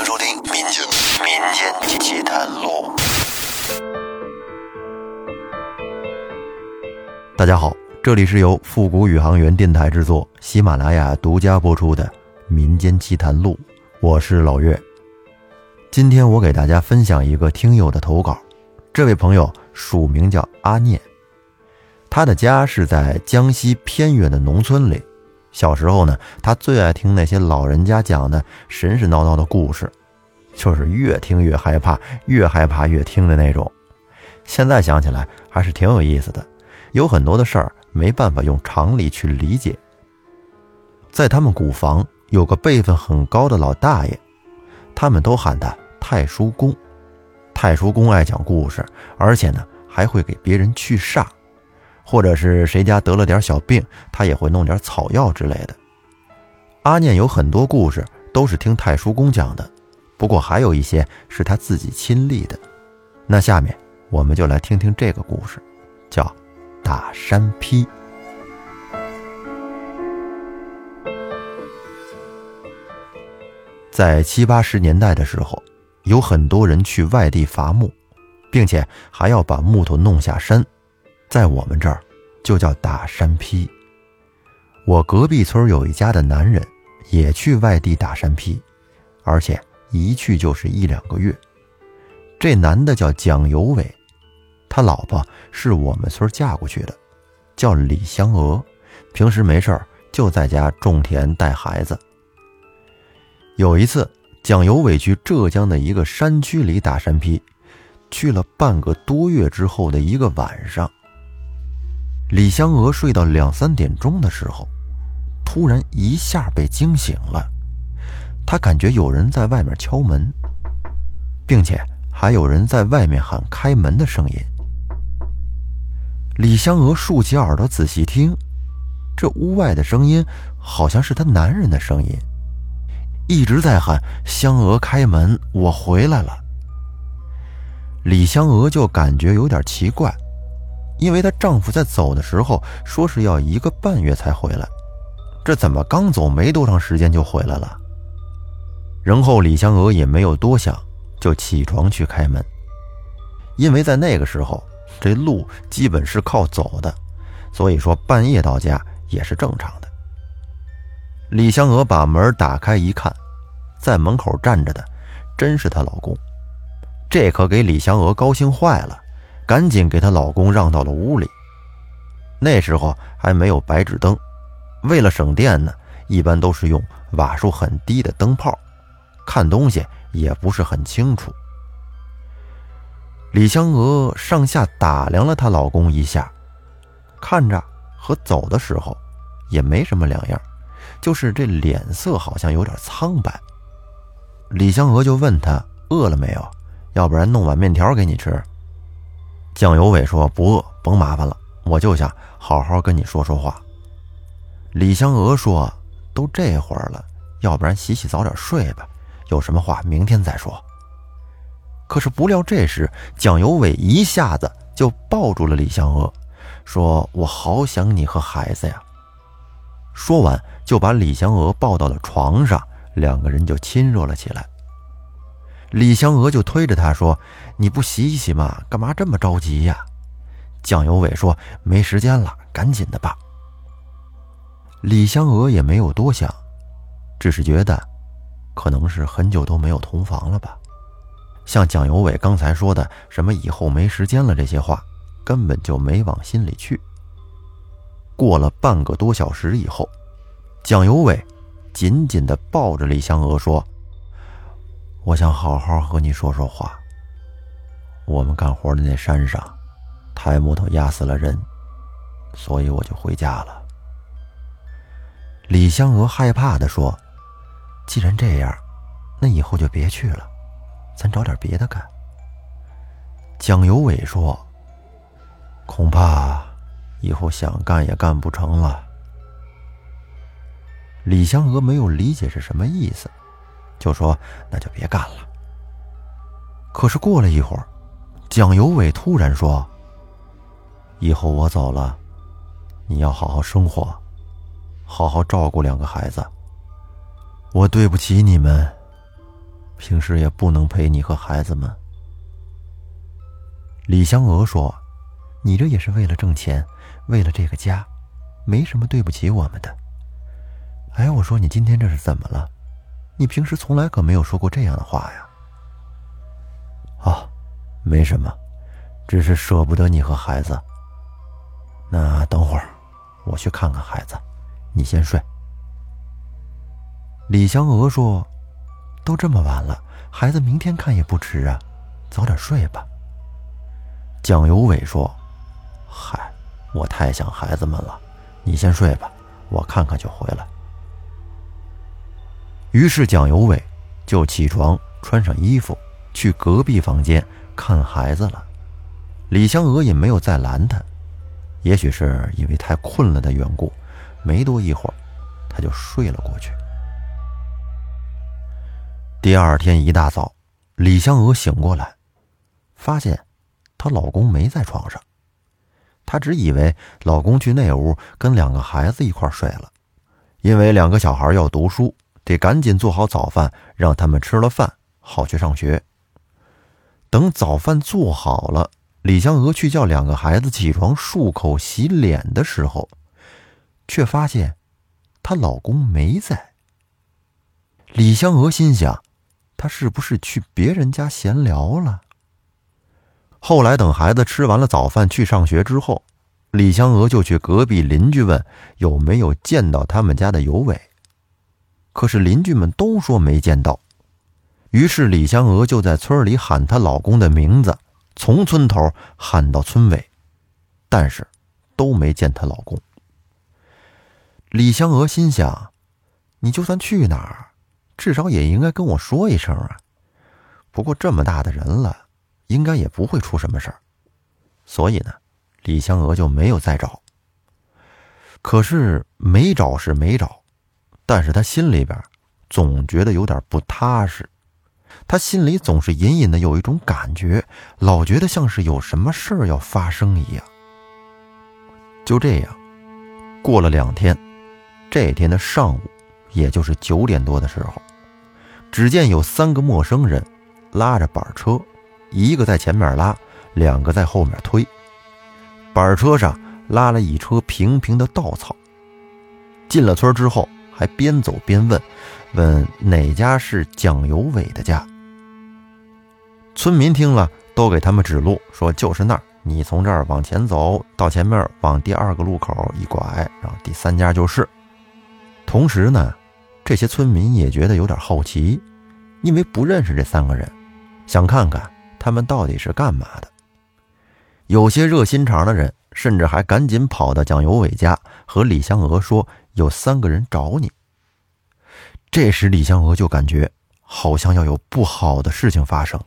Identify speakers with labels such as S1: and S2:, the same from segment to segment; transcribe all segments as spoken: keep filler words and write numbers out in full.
S1: 收听民间民间奇谈录。大家好，这里是由复古宇航员电台制作，喜马拉雅独家播出的民间奇谈录，我是老岳。今天我给大家分享一个听友的投稿，这位朋友署名叫阿念，他的家是在江西偏远的农村里。小时候呢，他最爱听那些老人家讲的神神叨叨的故事，就是越听越害怕，越害怕越听的那种。现在想起来还是挺有意思的，有很多的事儿没办法用常理去理解。在他们古房有个辈分很高的老大爷，他们都喊他太叔公。太叔公爱讲故事，而且呢还会给别人去煞，或者是谁家得了点小病，他也会弄点草药之类的。阿念有很多故事都是听太叔公讲的，不过还有一些是他自己亲历的。那下面我们就来听听这个故事，叫打山劈。在七八十年代的时候，有很多人去外地伐木，并且还要把木头弄下山，在我们这儿就叫打山劈。我隔壁村有一家的男人也去外地打山劈，而且一去就是一两个月。这男的叫蒋有伟，他老婆是我们村嫁过去的，叫李香娥，平时没事儿就在家种田带孩子。有一次，蒋有伟去浙江的一个山区里打山劈，去了半个多月之后的一个晚上，李香娥睡到两三点钟的时候，突然一下被惊醒了。她感觉有人在外面敲门，并且还有人在外面喊开门的声音。李香娥竖起耳朵仔细听，这屋外的声音好像是她男人的声音，一直在喊香娥开门，我回来了。李香娥就感觉有点奇怪，因为她丈夫在走的时候说是要一个半月才回来，这怎么刚走没多长时间就回来了？然后李香娥也没有多想，就起床去开门。因为在那个时候这路基本是靠走的，所以说半夜到家也是正常的。李香娥把门打开一看，在门口站着的真是她老公，这可给李香娥高兴坏了，赶紧给她老公让到了屋里。那时候还没有白炽灯，为了省电呢，一般都是用瓦数很低的灯泡，看东西也不是很清楚。李香娥上下打量了她老公一下，看着和走的时候也没什么两样，就是这脸色好像有点苍白。李香娥就问他饿了没有，要不然弄碗面条给你吃。蒋有伟说不饿，甭麻烦了，我就想好好跟你说说话。李香娥说都这会儿了，要不然洗洗早点睡吧，有什么话明天再说。可是不料这时蒋有伟一下子就抱住了李香娥，说我好想你和孩子呀。说完就把李香娥抱到了床上，两个人就亲热了起来。李香娥就推着他说你不洗洗吗，干嘛这么着急呀？蒋有伟说没时间了，赶紧的吧。李香娥也没有多想，只是觉得可能是很久都没有同房了吧。像蒋有伟刚才说的什么以后没时间了这些话，根本就没往心里去。过了半个多小时以后，蒋有伟紧紧地抱着李香娥说，我想好好和你说说话。我们干活的那山上抬木头压死了人，所以我就回家了。李香娥害怕地说，既然这样，那以后就别去了，咱找点别的干。蒋有伟说，恐怕以后想干也干不成了。李香娥没有理解是什么意思，就说那就别干了。可是过了一会儿，蒋有伟突然说，以后我走了，你要好好生活，好好照顾两个孩子，我对不起你们， 平时也不能陪你和孩子们。李香娥说，你这也是为了挣钱，为了这个家，没什么对不起我们的。哎，我说你今天这是怎么了？你平时从来可没有说过这样的话呀。啊，没什么，只是舍不得你和孩子。那等会儿我去看看孩子，你先睡。李香娥说，都这么晚了，孩子明天看也不迟啊，早点睡吧。蒋有伟说，嗨，我太想孩子们了，你先睡吧，我看看就回来。于是蒋有伟就起床，穿上衣服去隔壁房间看孩子了。李香娥也没有再拦他，也许是因为太困了的缘故，没多一会儿他就睡了过去。第二天一大早，李香娥醒过来，发现她老公没在床上。她只以为老公去那屋跟两个孩子一块睡了，因为两个小孩要读书，得赶紧做好早饭，让他们吃了饭好去上学。等早饭做好了，李香娥去叫两个孩子起床漱口洗脸的时候，却发现她老公没在。李香娥心想，他是不是去别人家闲聊了？后来等孩子吃完了早饭去上学之后，李香娥就去隔壁邻居问有没有见到他们家的尤伟，可是邻居们都说没见到。于是李香娥就在村里喊她老公的名字，从村头喊到村尾，但是都没见她老公。李香娥心想，你就算去哪儿，至少也应该跟我说一声啊。不过这么大的人了，应该也不会出什么事儿。所以呢，李香娥就没有再找。可是没找是没找，但是她心里边总觉得有点不踏实。她心里总是隐隐的有一种感觉，老觉得像是有什么事儿要发生一样。就这样，过了两天，这天的上午，也就是九点多的时候，只见有三个陌生人拉着板车，一个在前面拉，两个在后面推。板车上拉了一车平平的稻草。进了村之后，还边走边问，问哪家是蒋有伟的家。村民听了，都给他们指路，说就是那儿，你从这儿往前走，到前面往第二个路口一拐，然后第三家就是。同时呢，这些村民也觉得有点好奇，因为不认识这三个人，想看看他们到底是干嘛的。有些热心肠的人甚至还赶紧跑到蒋有伟家，和李香娥说有三个人找你。这时李香娥就感觉好像要有不好的事情发生。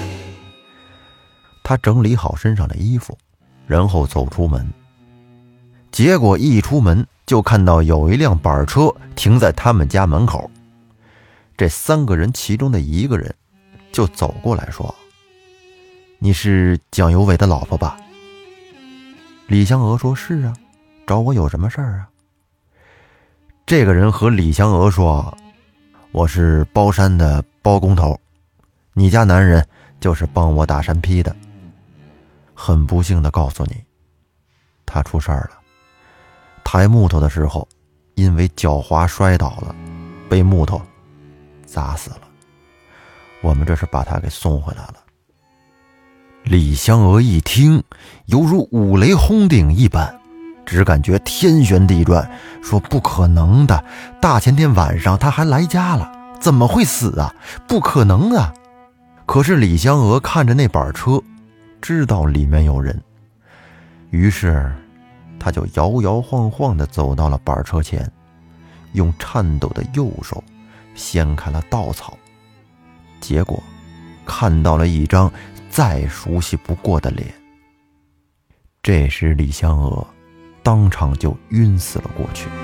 S1: 她整理好身上的衣服，然后走出门。结果一出门就看到有一辆板车停在他们家门口。这三个人其中的一个人就走过来说，你是蒋有伟的老婆吧？李香娥说，是啊，找我有什么事儿啊？这个人和李香娥说，我是包山的包工头，你家男人就是帮我打山劈的。很不幸的告诉你，他出事儿了。抬木头的时候，因为脚滑摔倒了，被木头砸死了。我们这是把他给送回来了。李香娥一听，犹如五雷轰顶一般，只感觉天旋地转，说不可能的，大前天晚上他还来家了，怎么会死啊？不可能啊！可是李香娥看着那板车，知道里面有人，于是他就摇摇晃晃地走到了板车前，用颤抖的右手掀开了稻草，结果看到了一张再熟悉不过的脸。这时李香娥当场就晕死了过去。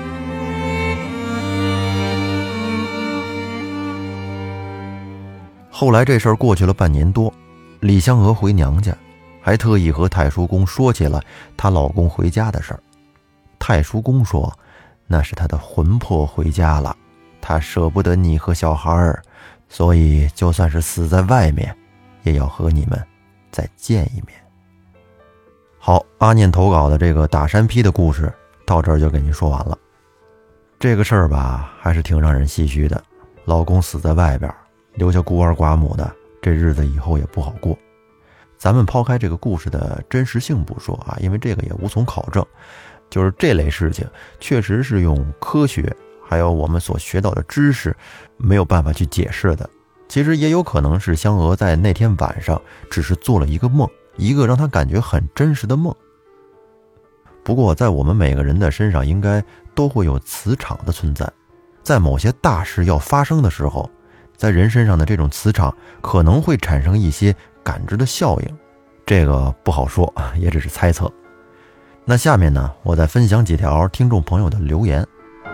S1: 后来这事儿过去了半年多，李香娥回娘家，还特意和太叔公说起了她老公回家的事儿。太叔公说，那是她的魂魄回家了，她舍不得你和小孩儿， 所以就算是死在外面，也要和你们再见一面。好，阿念投稿的这个打山劈的故事到这儿就给您说完了。这个事儿吧，还是挺让人唏嘘的。老公死在外边，留下孤儿寡母的，这日子以后也不好过。咱们抛开这个故事的真实性不说啊，因为这个也无从考证，就是这类事情确实是用科学还有我们所学到的知识没有办法去解释的。其实也有可能是香娥在那天晚上只是做了一个梦，一个让她感觉很真实的梦。不过在我们每个人的身上应该都会有磁场的存在，在某些大事要发生的时候，在人身上的这种磁场可能会产生一些感知的效应，这个不好说，也只是猜测。那下面呢，我再分享几条听众朋友的留言。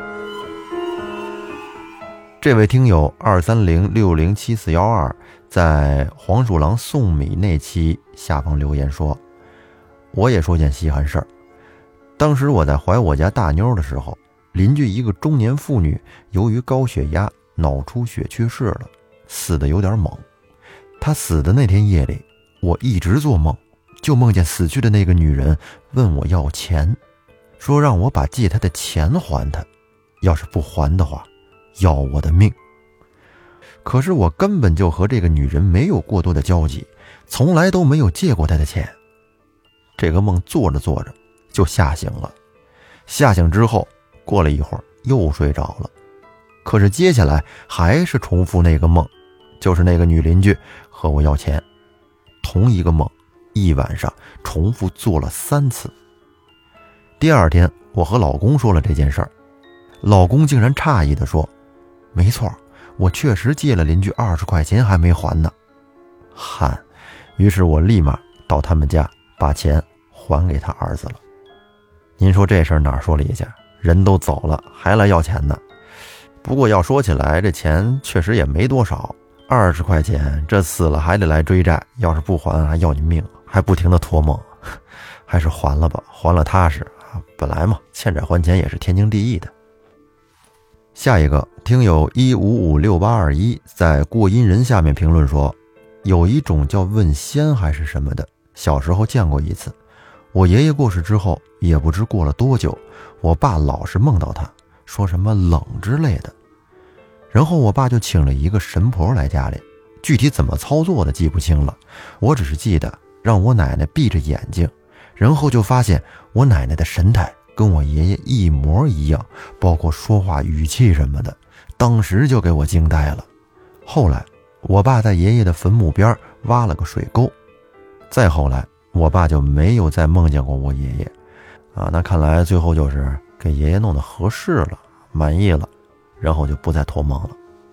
S1: 这位听友二三零六零七四一二在黄鼠狼送米那期下方留言说，我也说件稀罕事儿。当时我在怀我家大妞的时候，邻居一个中年妇女由于高血压脑出血去世了，死得有点猛。她死的那天夜里，我一直做梦，就梦见死去的那个女人问我要钱，说让我把借她的钱还她，要是不还的话要我的命。可是我根本就和这个女人没有过多的交集，从来都没有借过她的钱。这个梦做着做着就吓醒了，吓醒之后过了一会儿又睡着了。可是接下来还是重复那个梦，就是那个女邻居和我要钱，同一个梦一晚上重复做了三次。第二天我和老公说了这件事儿，老公竟然诧异地说，没错，我确实借了邻居二十块钱还没还呢。汗，于是我立马到他们家把钱还给他儿子了。您说这事儿哪儿说理去？人都走了还来要钱呢。不过要说起来，这钱确实也没多少，二十块钱，这死了还得来追债，要是不还还要你命，还不停的托梦，还是还了吧，还了踏实啊！本来嘛，欠债还钱也是天经地义的。下一个听友一五五六八二一在过阴人下面评论说，有一种叫问仙还是什么的，小时候见过一次。我爷爷过世之后，也不知过了多久，我爸老是梦到他，说什么冷之类的。然后我爸就请了一个神婆来家里，具体怎么操作的记不清了，我只是记得让我奶奶闭着眼睛，然后就发现我奶奶的神态跟我爷爷一模一样，包括说话语气什么的，当时就给我惊呆了。后来我爸在爷爷的坟墓边挖了个水沟，再后来我爸就没有再梦见过我爷爷啊，那看来最后就是给爷爷弄得合适了，满意了，然后就不再托梦了。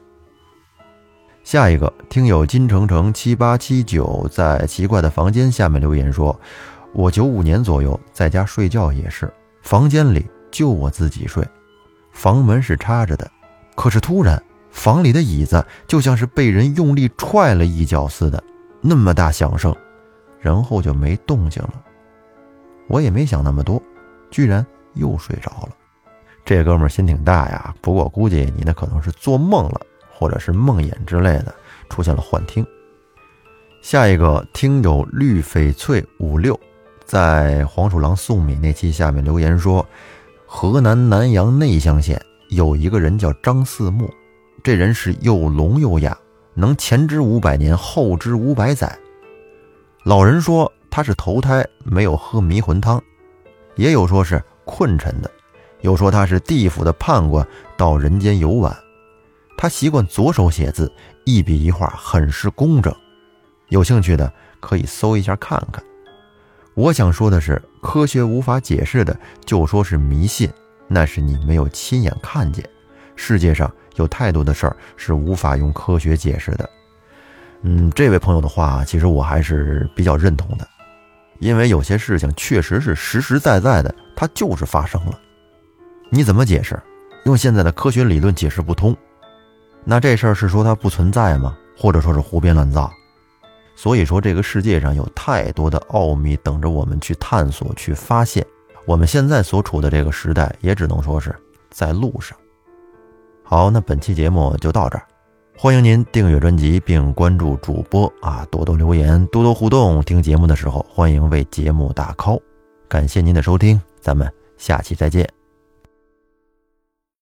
S1: 下一个听友金城城七八七九在奇怪的房间下面留言说，我九五年左右在家睡觉也是，房间里就我自己睡，房门是插着的，可是突然房里的椅子就像是被人用力踹了一脚似的，那么大响声，然后就没动静了。我也没想那么多，居然又睡着了。这哥们儿心挺大呀，不过估计你那可能是做梦了，或者是梦魇之类的，出现了幻听。下一个听友绿翡翠五六在黄鼠狼送米那期下面留言说，河南南阳内乡县有一个人叫张四木，这人是又聋又哑，能前知五百年后知五百载。老人说他是投胎没有喝迷魂汤，也有说是困沉的，有说他是地府的判官到人间游玩。他习惯左手写字，一笔一画很是工整，有兴趣的可以搜一下看看。我想说的是，科学无法解释的就说是迷信，那是你没有亲眼看见。世界上有太多的事儿是无法用科学解释的。嗯，这位朋友的话其实我还是比较认同的，因为有些事情确实是实实在在的，它就是发生了。你怎么解释？用现在的科学理论解释不通。那这事儿是说它不存在吗？或者说是胡编乱造？所以说这个世界上有太多的奥秘等着我们去探索去发现，我们现在所处的这个时代也只能说是在路上。好，那本期节目就到这儿， 欢迎您订阅专辑并关注主播啊，多多留言，多多互动。听节目的时候，欢迎为节目打 call。感谢您的收听，咱们下期再见。